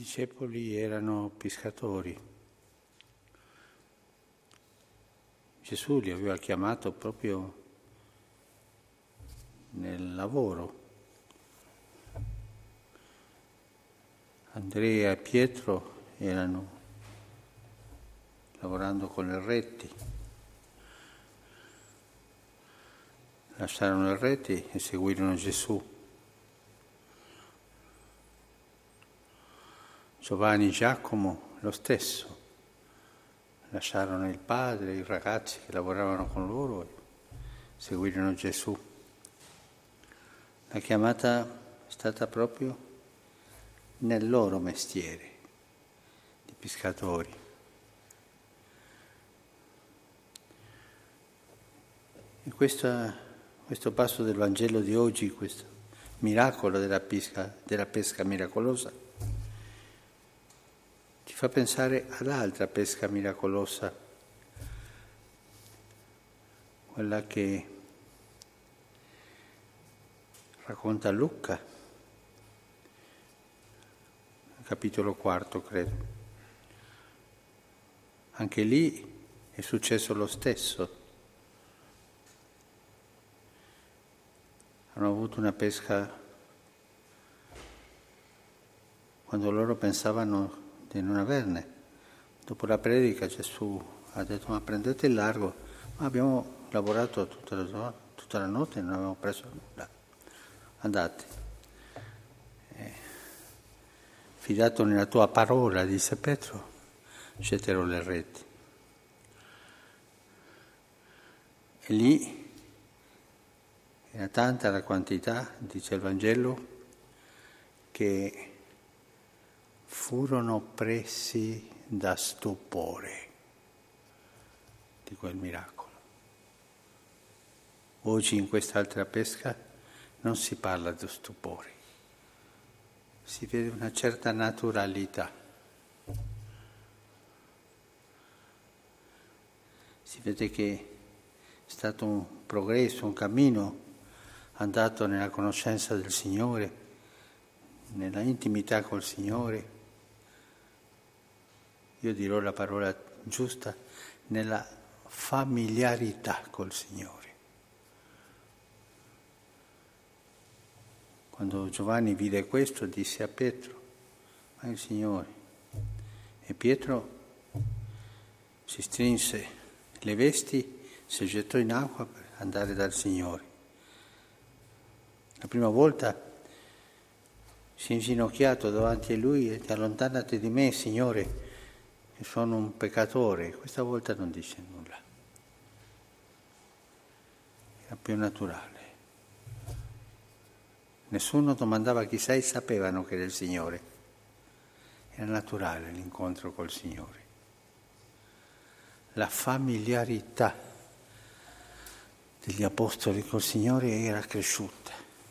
discepoli erano pescatori. Gesù li aveva chiamato proprio nel lavoro. Andrea e Pietro erano lavorando con le reti. Lasciarono le reti e seguirono Gesù. Giovanni e Giacomo lo stesso. Lasciarono il padre, i ragazzi che lavoravano con loro e seguirono Gesù. La chiamata è stata proprio nel loro mestiere di pescatori. E questo passo del Vangelo di oggi, questo miracolo della pesca miracolosa, ci fa pensare all'altra pesca miracolosa, quella che racconta Luca, capitolo 4, credo. Anche lì è successo lo stesso. Hanno avuto una pesca quando loro pensavano di non averne. Dopo la predica Gesù ha detto: ma prendete il largo. Ma abbiamo lavorato tutta la notte e non abbiamo preso nulla. Andate. Fidato nella tua parola, disse Pietro, getterò le reti. E lì era tanta la quantità, dice il Vangelo, che furono presi da stupore di quel miracolo. Oggi in quest'altra pesca non si parla di stupore, si vede una certa naturalità. Si vede che è stato un progresso, un cammino andato nella conoscenza del Signore, nella intimità col Signore. Io dirò la parola giusta, nella familiarità col Signore. Quando Giovanni vide questo, disse a Pietro: ma il Signore. E Pietro si strinse le vesti, si gettò in acqua per andare dal Signore. La prima volta si è inginocchiato davanti a Lui e: allontanati di me, Signore, che sono un peccatore. Questa volta non dice nulla. Era più naturale. Nessuno domandava chi sei, sapevano che era il Signore. Era naturale l'incontro col Signore. La familiarità degli apostoli col Signore era cresciuta.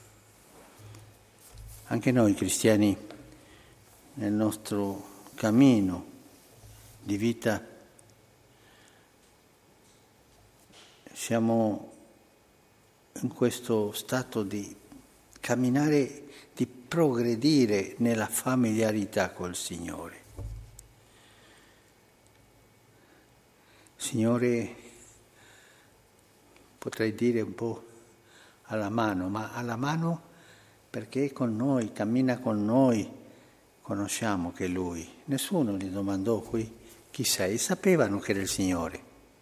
Anche noi cristiani, nel nostro cammino di vita, siamo in questo stato di camminare, di progredire nella familiarità col Signore. Signore, potrei dire un po' alla mano, ma alla mano perché è con noi, cammina con noi, conosciamo che è Lui. Nessuno gli domandò qui chi sei, sapevano che era il Signore.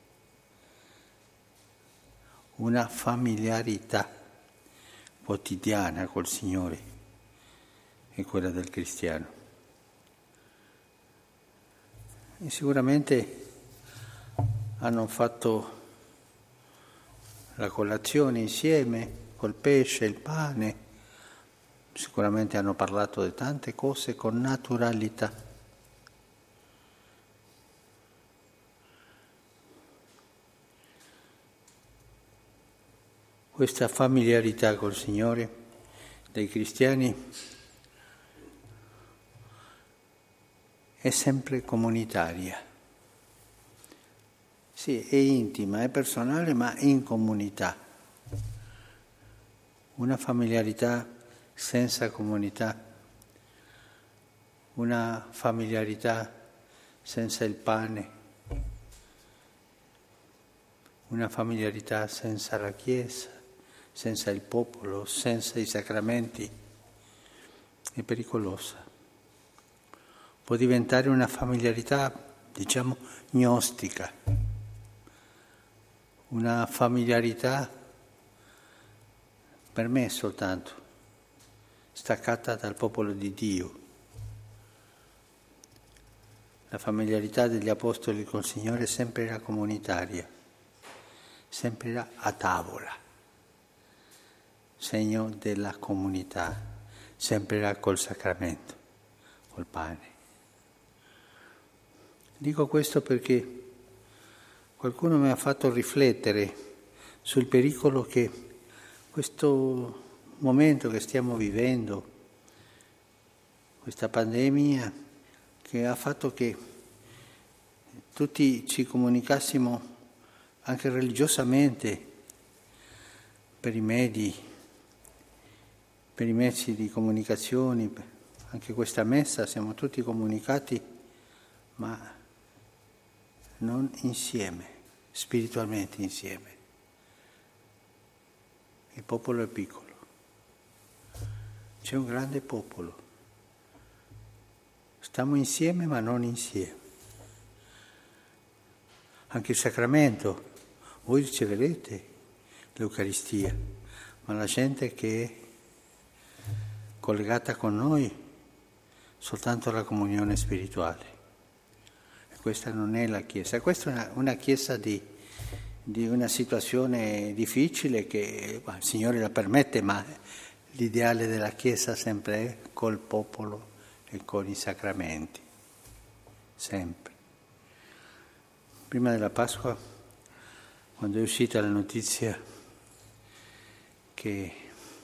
Una familiarità quotidiana col Signore è quella del cristiano. E sicuramente hanno fatto la colazione insieme col pesce, il pane, sicuramente hanno parlato di tante cose con naturalità. Questa familiarità col Signore dei cristiani è sempre comunitaria. Sì, è intima, è personale, ma in comunità. Una familiarità senza comunità una familiarità senza il pane, una familiarità senza la Chiesa, senza il popolo, senza i sacramenti, è pericolosa. Può diventare una familiarità, diciamo, gnostica, una familiarità, per me soltanto, staccata dal popolo di Dio. La familiarità degli Apostoli col Signore sempre era comunitaria, sempre era a tavola, segno della comunità, sempre era col sacramento, col pane. Dico questo perché qualcuno mi ha fatto riflettere sul pericolo che questo momento che stiamo vivendo, questa pandemia, che ha fatto che tutti ci comunicassimo anche religiosamente per i mezzi di comunicazione, anche questa messa siamo tutti comunicati, ma non insieme, spiritualmente insieme. Il popolo è piccolo, c'è un grande popolo. Stiamo insieme ma non insieme. Anche il sacramento, voi riceverete l'Eucaristia, ma la gente che è collegata con noi soltanto alla comunione spirituale. E questa non è la Chiesa, questa è una Chiesa di una situazione difficile che il Signore la permette, ma l'ideale della Chiesa sempre è col popolo e con i sacramenti, sempre. Prima della Pasqua, quando è uscita la notizia che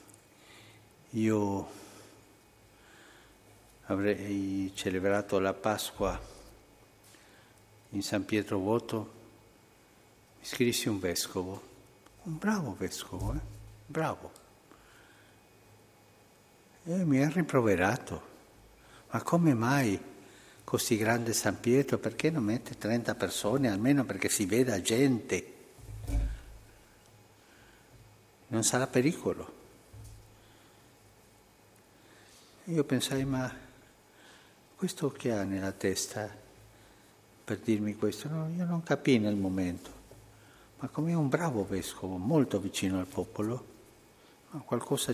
io avrei celebrato la Pasqua in San Pietro Voto, mi scrissi un vescovo, un bravo vescovo, bravo. E mi ha rimproverato, ma come mai così grande San Pietro, perché non mette 30 persone, almeno perché si veda gente? Non sarà pericolo. Io pensai, ma questo che ha nella testa per dirmi questo? No, io non capii nel momento, ma come un bravo vescovo, molto vicino al popolo, qualcosa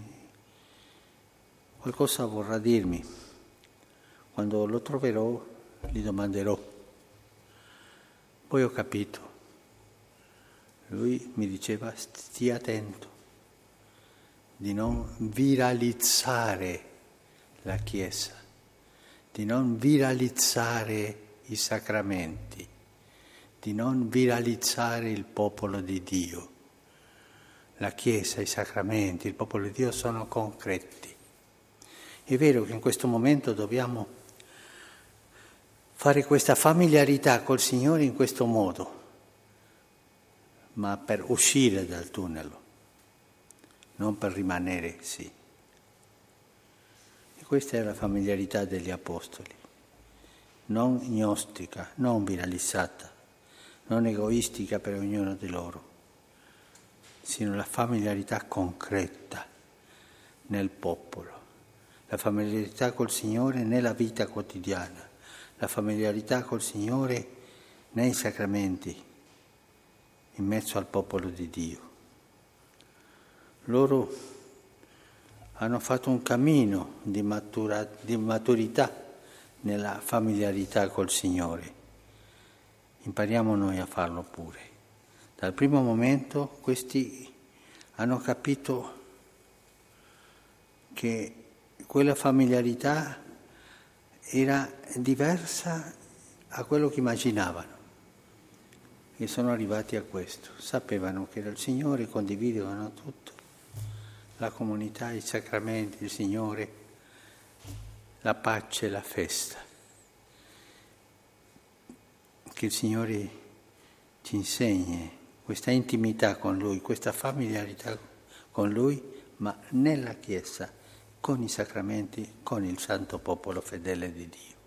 vorrà dirmi. Quando lo troverò, gli domanderò. Poi ho capito. Lui mi diceva, stia attento di non viralizzare la Chiesa, di non viralizzare i sacramenti, di non viralizzare il popolo di Dio. La Chiesa, i sacramenti, il popolo di Dio sono concreti. È vero che in questo momento dobbiamo fare questa familiarità col Signore in questo modo, ma per uscire dal tunnel, non per rimanere sì. E questa è la familiarità degli Apostoli, non gnostica, non viralizzata, non egoistica per ognuno di loro, sino la familiarità concreta nel popolo, la familiarità col Signore nella vita quotidiana, la familiarità col Signore nei sacramenti, in mezzo al popolo di Dio. Loro hanno fatto un cammino di maturità nella familiarità col Signore. Impariamo noi a farlo pure. Dal primo momento questi hanno capito che quella familiarità era diversa a quello che immaginavano e sono arrivati a questo. Sapevano che era il Signore, condividevano tutto, la comunità, i sacramenti, il Signore, la pace, la festa. Che il Signore ci insegni questa intimità con Lui, questa familiarità con Lui, ma nella Chiesa, con i sacramenti, con il santo popolo fedele di Dio.